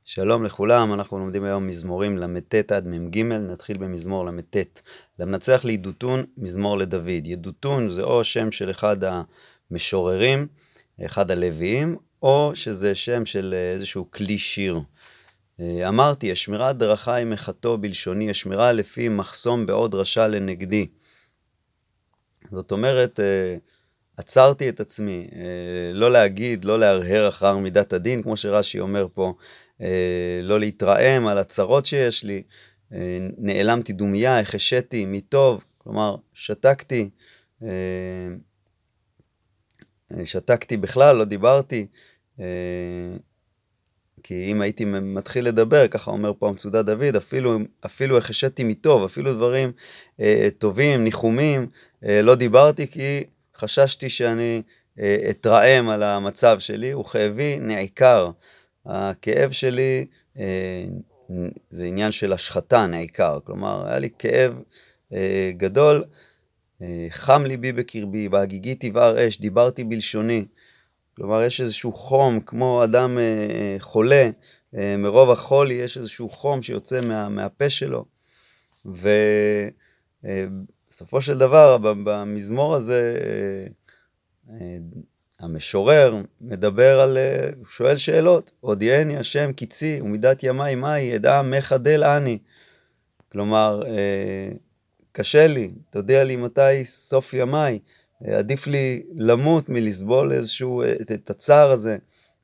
שלום לכולם, אנחנו לומדים היום מזמורים למ"ט עד מ"ג, נתחיל במזמור למ"ט. למנצח לידותון, מזמור לדוד. ידותון זה או שם של אחד המשוררים, אחד הלוויים, או שזה שם של איזשהו כלי שיר. אמרתי, אשמרה דרכי מחתו בלשוני, אשמרה לפי מחסום בעוד רשע לנגדי. זאת אומרת, עצרתי את עצמי, לא להגיד, לא להרהר אחר מידת הדין, כמו שרש"י אומר פה, לא להתרעם על הצרות שיש לי, נעלמתי דומיה, החשתי מטוב, כלומר שתקתי בכלל, לא דיברתי, כי אם הייתי מתחיל לדבר, ככה אומר פה המצודה דוד, אפילו החשתי מטוב, אפילו דברים טובים, ניחומים, לא דיברתי כי חששתי שאני אתרעם על המצב שלי, וכאבי נעיקר. הכאב שלי זה עניין של השחתה נעיקר, כלומר היה לי כאב גדול, חם ליבי בקרבי, בהגיגי תבער אש, דיברתי בלשוני, כלומר יש איזשהו חום, כמו אדם חולה, מרוב החולי יש איזשהו חום שיוצא מהפה שלו, ובסופו של דבר במזמור הזה המשורר מדבר על, הוא שואל שאלות, הודיעני השם קיצי ומידת ימי מהי, אדע מחדל אני, כלומר קשה לי, תודיע לי מתי סוף ימי, עדיף לי למות מלסבול איזשהו את הצער הזה,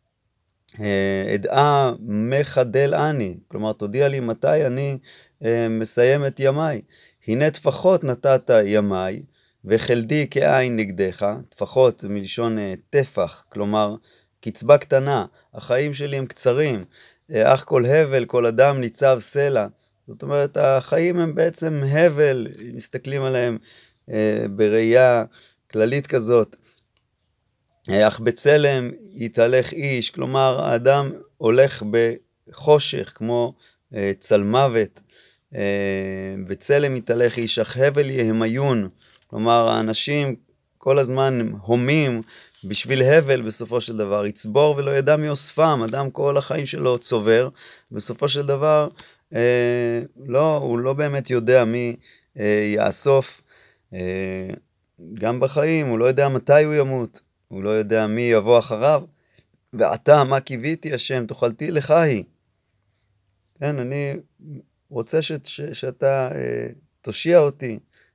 אדע מחדל אני, כלומר תודיע לי מתי אני מסיים את ימי, הנה טפחות נתת ימי, וחלדי כעין נגדך, טפחות זה מלשון טפח, כלומר קצבה קטנה, החיים שלי הם קצרים, אך כל הבל, כל אדם ניצב סלע, זאת אומרת החיים הם בעצם הבל, מסתכלים עליהם בראייה כללית כזאת, אך בצלם יתהלך איש, כלומר האדם הולך בחושך כמו צלמוות, בצלם יתהלך איש, אך הבל יהמיון, כלומר האנשים כל הזמן הומים בשביל הבל, בסופו של דבר יצבור ולא ידע מי אוספם, אדם כל החיים שלו צובר, בסופו של דבר הוא לא באמת יודע מי יאסוף, גם בחיים הוא לא יודע מתי הוא ימות, הוא לא יודע מי יבוא אחריו, ועתה מה קיוויתי השם, תאכלתי לך היא. כן, אני רוצה שאתה תושיע אותי,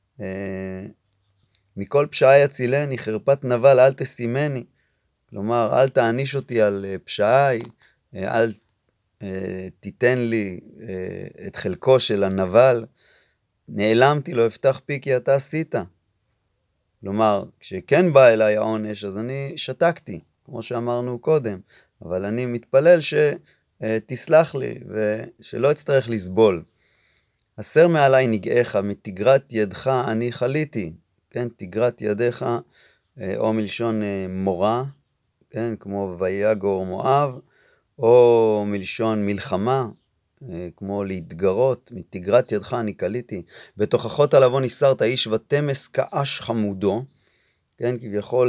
מכל פשעי יצילני, חרפת נבל אל תשימני, כלומר אל תעניש אותי על פשעי, אל תיתן לי את חלקו של הנבל, נעלמתי לא אפתח פי כי אתה עשית. כלומר, כשכן בא אליי העונש, אז אני שתקתי, כמו שאמרנו קודם, אבל אני מתפלל שתסלח לי ושלא אצטרך לסבול. הסר מעלי נגעך, מתגרת ידך אני חליתי, כן, תגרת ידיך, או מלשון מורה, כן, כמו ויגור מואב, או מלשון מלחמה, כמו להתגרות, מתגרת ידך אני קליתי, בתוכחות הלבון הסרת איש ותמס כאש חמודו, כן, כביכול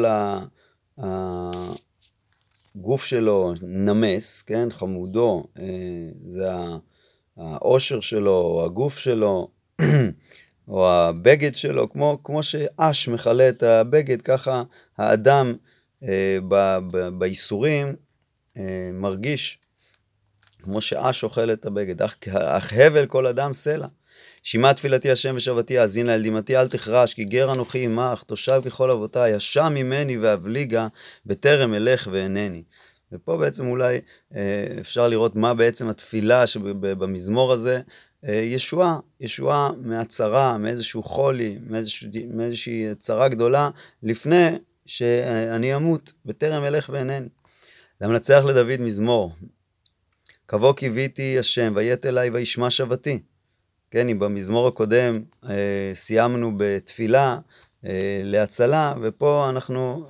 הגוף שלו נמס, כן, חמודו, זה האושר שלו, או הגוף שלו, או הבגד שלו, כמו שאש מכלה את הבגד, ככה האדם בייסורים מרגיש כמו שאש אוכל את הבגד, אך הבל כל אדם סלע. שמע תפילתי השם ושבתי, האזין לה אל דמעתי אל תחרש, כי גר אנוכי עמך, תושב ככל אבותיי, השם ממני ואבליגה, בטרם אלך ואינני. ופה בעצם אולי אפשר לראות מה בעצם התפילה שבמזמור הזה, ישועה מהצרה, מאיזשהו חולי, מאיזושהי צרה גדולה, לפני שאני אמות, בטרם אלך ואינני. למנצח לדוד מזמור, קבו קיוויתי השם, ויית אליי וישמע שבתי. כן, אם במזמור הקודם סיימנו בתפילה להצלה, ופה אנחנו,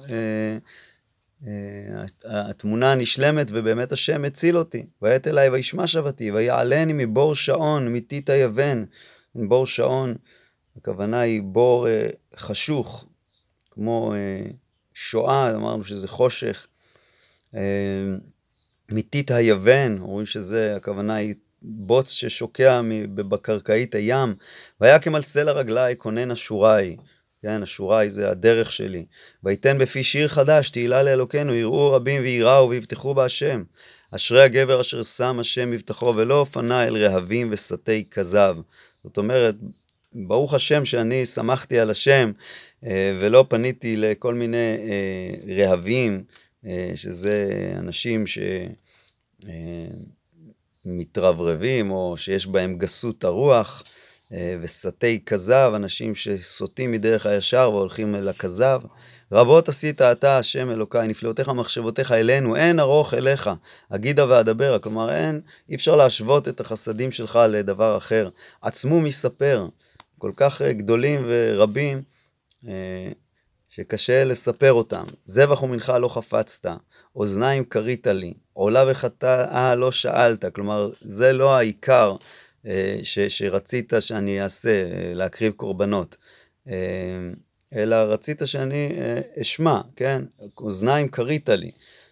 התמונה נשלמת, ובאמת השם הציל אותי. ויית אליי וישמע שבתי, ויעלני מבור שעון, מתית היבן. בור שעון, הכוונה היא בור חשוך, כמו שואה, אמרנו שזה חושך. מיתית היוון, אומרים שזה, הכוונה היא בוץ ששוקע בקרקעית הים, והיה כמל סלע רגלי כונן אשורי, כן, אשורי זה הדרך שלי, ויתן בפי שיר חדש, תהילה לאלוקינו, יראו רבים ויראו ויבטחו בהשם, אשרי הגבר אשר שם השם מבטחו, ולא פנה אל רהבים וסתי כזב. זאת אומרת, ברוך השם שאני שמחתי על השם, ולא פניתי לכל מיני רהבים, שזה אנשים שמתרברבים או שיש בהם גסות הרוח, וסתי כזב, אנשים שסוטים מדרך הישר והולכים אל הכזב. רבות עשית אתה השם אלוקיי, נפלאותיך מחשבותיך אלינו, אין ארוך אליך, אגידה ואדבר. כלומר, אי אפשר להשוות את החסדים שלך לדבר אחר. עצמו מספר, כל כך גדולים ורבים, שקשה לספר אותם. זבח ומנחה לא חפצת, אוזניים קרית לי, עולה וחטאה לא שאלת. כלומר, זה לא העיקר שרצית שאני אעשה, להקריב קורבנות, אלא רצית שאני אשמע, כן? אוזניים קרית לי.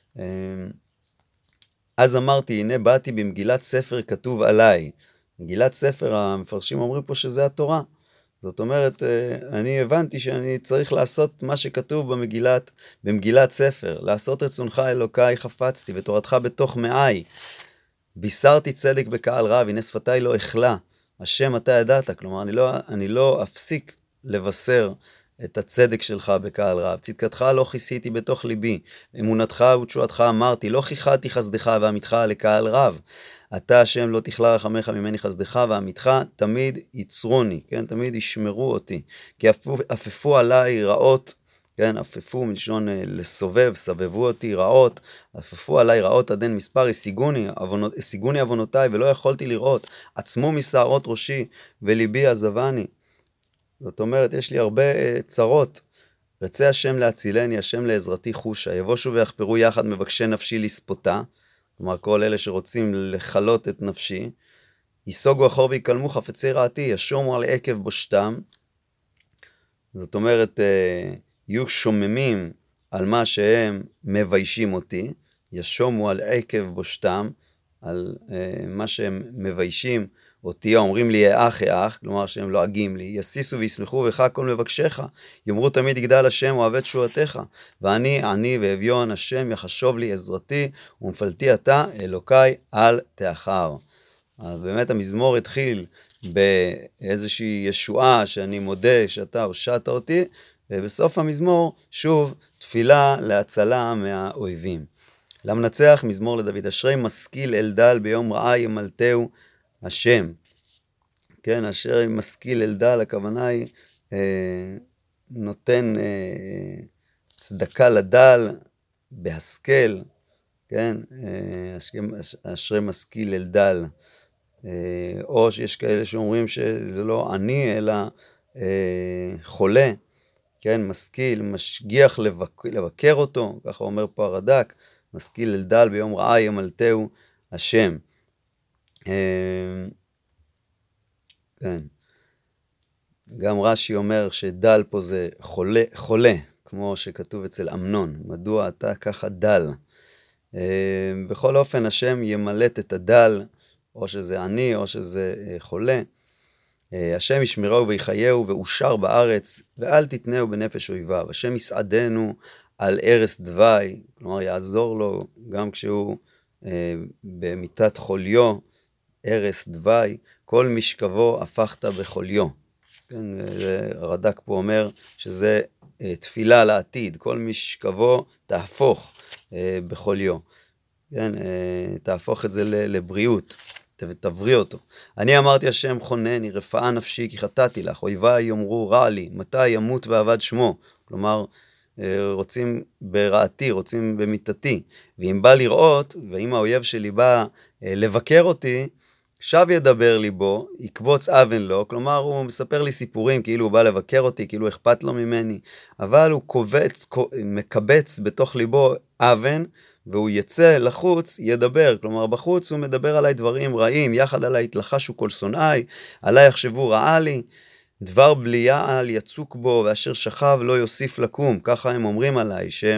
אז אמרתי, הנה באתי במגילת ספר כתוב עליי. מגילת ספר, המפרשים אומרים פה שזה התורה. זאת אומרת, אני הבנתי שאני צריך לעשות מה שכתוב במגילת ספר, לעשות רצונך אלוקיי חפצתי, ותורתך בתוך מעי. בישרתי צדק בקהל רב, הנה שפתיי לא אכלה, השם אתה ידעת. כלומר, אני לא אפסיק לבשר את הצדק שלך בקהל רב. צדקתך לא כיסיתי בתוך ליבי, אמונתך ותשועתך אמרתי, לא כיחדתי חסדך ועמיתך לקהל רב. אתה השם לא תכלה רחמך ממני חסדך ועמיתך תמיד יצרוני, כן? תמיד ישמרו אותי. כי אפפו עליי רעות, כן? אפפו מלשון לסובב, סבבו אותי רעות, אפפו עליי רעות עד אין מספר, השיגוני עוונותיי ולא יכולתי לראות, עצמו משערות ראשי וליבי עזבני. זאת אומרת, יש לי הרבה צרות. רצה השם להצילני, השם לעזרתי חושה, יבושו ויחפרו יחד מבקשי נפשי לספותה, כלומר כל אלה שרוצים לחלות את נפשי, יסוגו אחור ויקלמו חפצי רעתי, ישומו על עקב בושתם. זאת אומרת, יהיו שוממים על מה שהם מביישים אותי, ישומו על עקב בושתם, על מה שהם מביישים אותי, אומרים לי אח, כלומר שהם לועגים לי, יסיסו וישמחו בך כל מבקשך, יאמרו תמיד יגדל השם ואוהב תשועתך, ואני עני ואביון, השם יחשוב לי עזרתי, ומפלתי אתה אלוקיי אל תאחר. אז באמת המזמור התחיל באיזושהי ישועה שאני מודה שאתה הושעת אותי, ובסוף המזמור שוב תפילה להצלה מהאויבים. למנצח, מזמור לדוד, אשרי משכיל אל דל ביום רעה ימלטהו השם. כן, אשרי משכיל אל דל, הכוונה היא נותן צדקה לדל בהשכל, כן, אשרי משכיל אל דל. או שיש כאלה שאומרים שזה לא עני אלא חולה, כן, משכיל, משגיח לבקר אותו, ככה אומר פה הרד"ק, משכיל אל דל ביום רעה ימלטהו השם. כן. גם רש"י אומר שדל פה זה חולה, כמו שכתוב אצל אמנון, מדוע אתה ככה דל. בכל אופן השם ימלט את הדל, או שזה עני או שזה חולה. השם ישמרהו ויחייהו ואושר בארץ, ואל תתנהו בנפש אויביו. השם יסעדנו על ערש דווי, כלומר יעזור לו גם כשהוא במיטת חוליו, ערש דווי, כל משכבו הפכת בחוליו. כן, הרד"ק פה אומר שזה תפילה לעתיד, כל משכבו תהפוך בחוליו. כן, תהפוך את זה לבריאות, ותבריא אותו. אני אמרתי השם חונני, רפאה נפשי כי חטאתי לך, אויביי יאמרו רע לי, מתי ימות ועבד שמו. כלומר, רוצים ברעתי, רוצים במיתתי. ואם בא לראות, ואם האויב שלי בא לבקר אותי, שב ידבר ליבו, יקבוץ אבן לו, כלומר הוא מספר לי סיפורים כאילו הוא בא לבקר אותי, כאילו אכפת לו ממני, אבל הוא מקבץ בתוך ליבו אבן, והוא יצא לחוץ, ידבר, כלומר בחוץ הוא מדבר עליי דברים רעים, יחד עליי התלחשו כל שונאי, עליי יחשבו רעה לי, דבר בלי יעל יצוק בו, ואשר שכב לא יוסיף לקום, ככה הם אומרים עליי, שהם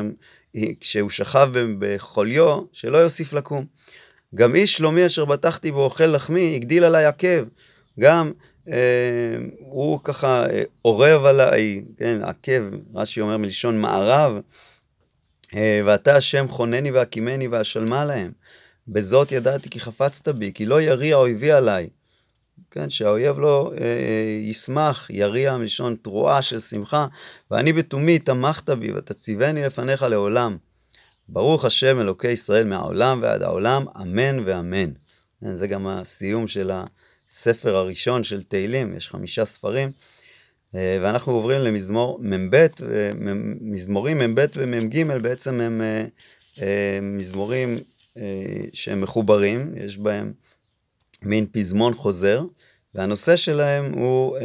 כשהוא שכב בחוליו, שלא יוסיף לקום. גם איש שלומי אשר בטחתי בו אוכל לחמי, הגדיל עליי עקב. גם הוא ככה עורב עליי, כן, עקב, רש"י אומר מלשון מערב, ואתה השם חונני והקימני והשלמה להם. בזאת ידעתי כי חפצת בי, כי לא יריע אויבי עליי. כן, שהאויב לא ישמח, יריע מלשון תרועה של שמחה, ואני בתומי תמכת בי ותציבני לפניך לעולם. ברוך השם אלוקי ישראל מהעולם ועד העולם, אמן ואמן. זה גם הסיום של הספר הראשון של תהילים, יש 5 ספרים, ואנחנו עוברים למזמור מ"ב, מזמורים מ"ב ומ"ג בעצם הם מזמורים שהם מחוברים, יש בהם מין פזמון חוזר, והנושא שלהם הוא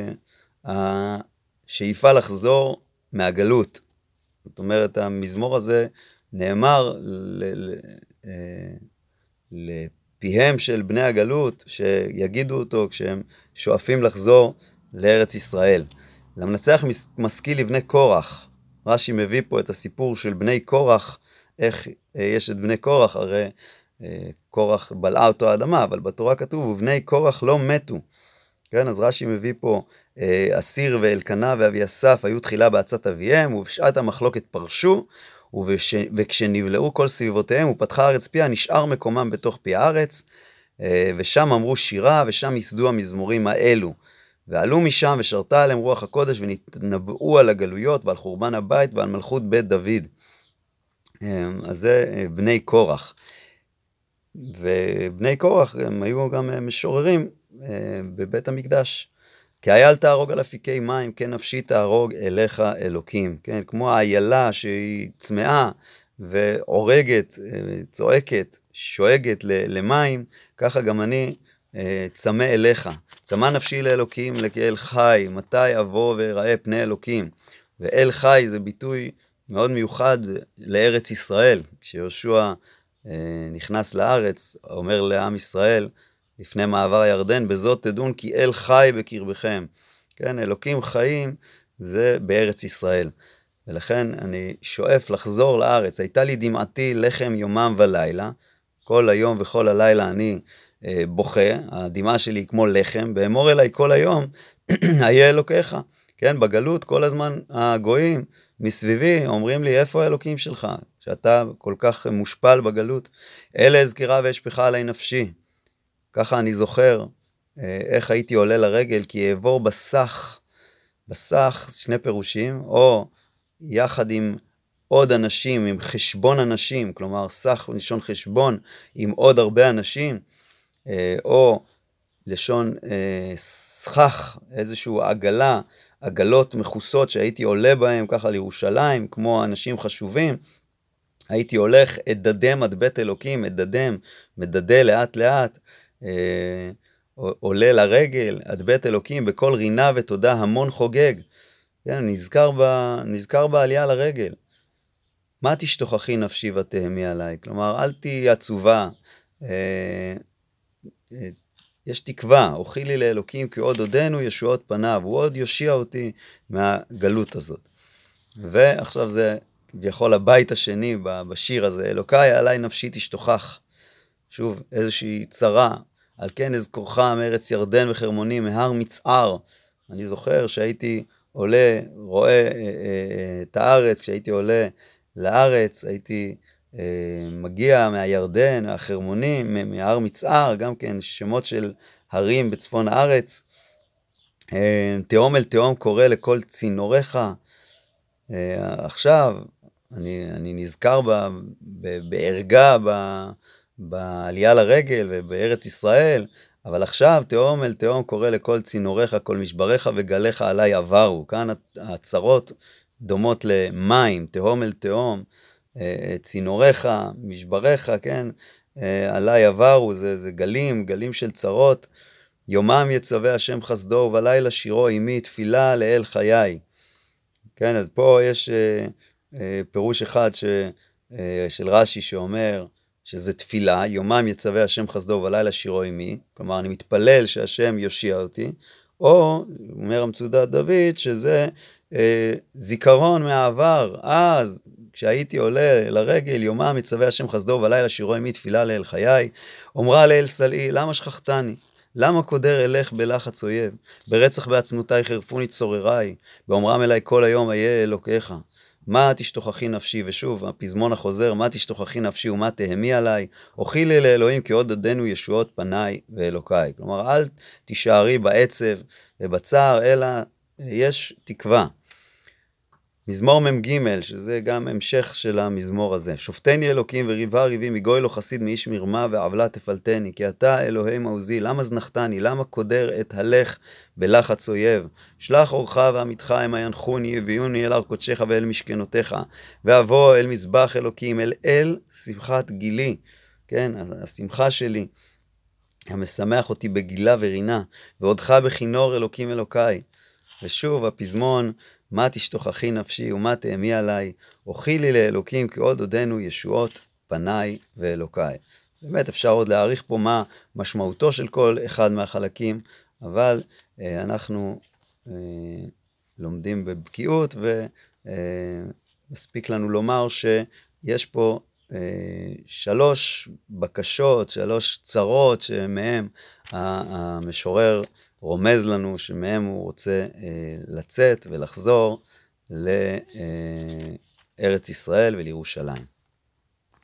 השאיפה לחזור מהגלות. זאת אומרת, המזמור הזה נאמר לפיהם של בני הגלות, שיגידו אותו כשהם שואפים לחזור לארץ ישראל. למנצח משכיל לבני קורח. רש"י מביא פה את הסיפור של בני קורח, איך יש את בני קורח, הרי קורח בלעה אותו האדמה, אבל בתורה כתוב, ובני קורח לא מתו. כן, אז רש"י מביא פה, אסיר ואלקנה ואביסף היו תחילה בעצת אביהם, ובשעת המחלוקת פרשו, וכשנבלעו כל סביבותיהם, ופתחה הארץ פיה, נשאר מקומם בתוך פי הארץ, ושם אמרו שירה, ושם ייסדו המזמורים האלו. ועלו משם ושרתה עליהם רוח הקודש, ונתנבאו על הגלויות ועל חורבן הבית ועל מלכות בית דוד. אז זה בני קורח. ובני קורח הם היו גם משוררים בבית המקדש. כי היה אל תהרוג על אפיקי מים, כן נפשי תהרוג אליך אלוקים. כן, כמו האיילה שהיא צמאה ועורגת, צועקת, שואגת למים, ככה גם אני צמא אליך. צמא נפשי לאלוקים, כאל חי, מתי אבוא וראה פני אלוקים. ואל חי זה ביטוי מאוד מיוחד לארץ ישראל. כשיהושע נכנס לארץ, אומר לעם ישראל, לפני מעבר הירדן, בזאת תדעון כי אל חי בקרבכם. כן, אלוקים חיים זה בארץ ישראל. ולכן אני שואף לחזור לארץ. הייתה לי דמעתי לחם יומם ולילה. כל היום וכל הלילה אני בוכה. הדמעה שלי היא כמו לחם. באמור אליי כל היום, היה אלוקיך. כן, בגלות כל הזמן הגויים מסביבי אומרים לי, איפה האלוקים שלך? שאתה כל כך מושפל בגלות. אלה אזכרה ואשפכה עליי נפשי. ככה אני זוכר איך הייתי עולה לרגל, כי אעבור בסך, שני פירושים, או יחד עם עוד אנשים, עם חשבון אנשים, כלומר סך לשון חשבון עם עוד הרבה אנשים, או לשון סכך, איזשהו עגלות מכוסות שהייתי עולה בהם ככה לירושלים, כמו אנשים חשובים, הייתי הולך אדדם עד בית אלוקים, מדדה לאט לאט, עולה לרגל עד בית אלוקים, בכל רינה ותודה המון חוגג. כן, נזכר בעלייה לרגל. מה תשתוכחי נפשי ותהמי עליי? כלומר, אל תהי עצובה, יש תקווה, אוכילי לאלוקים כי עוד עודנו ישועות פניו, הוא עוד יושיע אותי מהגלות הזאת. ועכשיו זה כביכול הבית השני בשיר הזה, אלוקיי עליי נפשי תשתוכח. שוב, איזושהי צרה, על כן אזכורך מארץ ירדן וחרמונים, מהר מצער. אני זוכר שהייתי עולה, רואה את הארץ, כשהייתי עולה לארץ, הייתי מגיע מהירדן, מהחרמונים, מהר מצער, גם כן שמות של הרים בצפון הארץ. תהום אל תהום קורא לכל צינוריך. עכשיו, אני נזכר בערגה, בעלייה לרגל ובארץ ישראל, אבל עכשיו תהום אל תהום קורא לכל צינוריך, כל משבריך וגליך עליי עברו. כאן הצרות דומות למים, תהום אל תהום, צינוריך, משבריך, כן, עליי עברו, זה גלים של צרות. יומם יצווה השם חסדו ובלילה שירו עמי, תפילה לאל חיי. כן, אז פה יש פירוש אחד של רש"י שאומר שזה תפילה, יומם יצווה השם חסדו ובלילה שירו עמי, כלומר אני מתפלל שהשם יושיע אותי, או אומר המצודת דוד שזה זיכרון מהעבר, אז כשהייתי עולה לרגל, יומם מצווה השם חסדו ובלילה שירו עמי תפילה לאל חיי, אומרה לאל סלעי, למה שכחתני? למה קודר אלך בלחץ אויב? ברצח בעצמותי חרפוני צורריי, באומרם אליי כל היום איה אלוקיך. מה תשתוכחי נפשי? ושוב, הפזמון החוזר, מה תשתוכחי נפשי ומה תהמי עליי? אוכילי לאלוהים כי עוד עודנו ישועות פניי ואלוקיי. כלומר, אל תישארי בעצב ובצער, אלא יש תקווה. מזמור מ"ג, שזה גם המשך של המזמור הזה. שופטני אלוקים וריבה ריבי, מגוי לא חסיד מאיש מרמה ועוולה תפלטני, כי אתה אלוהי מעוזי, למה זנחתני, למה קודר את הלך בלחץ אויב? שלח אורך ועמיתך המה ינחוני, הביאוני אל הר קודשך ואל משכנותיך, ואבוא אל מזבח אלוקים, אל שמחת גילי, כן, השמחה שלי, המשמח אותי בגילה ורינה, ועודך בכינור אלוקים אלוקיי. ושוב הפזמון, מה תשתוכחי נפשי ומה תהמי עליי, אוכילי לאלוקים כי עוד עודנו ישועות פניי ואלוקיי. באמת אפשר עוד להעריך פה מה משמעותו של כל אחד מהחלקים, אבל אנחנו לומדים בבקיאות, ומספיק לנו לומר שיש פה 3 בקשות, 3 צרות שמהם המשורר רומז לנו שמהם הוא רוצה לצאת ולחזור לארץ ישראל ולירושלים.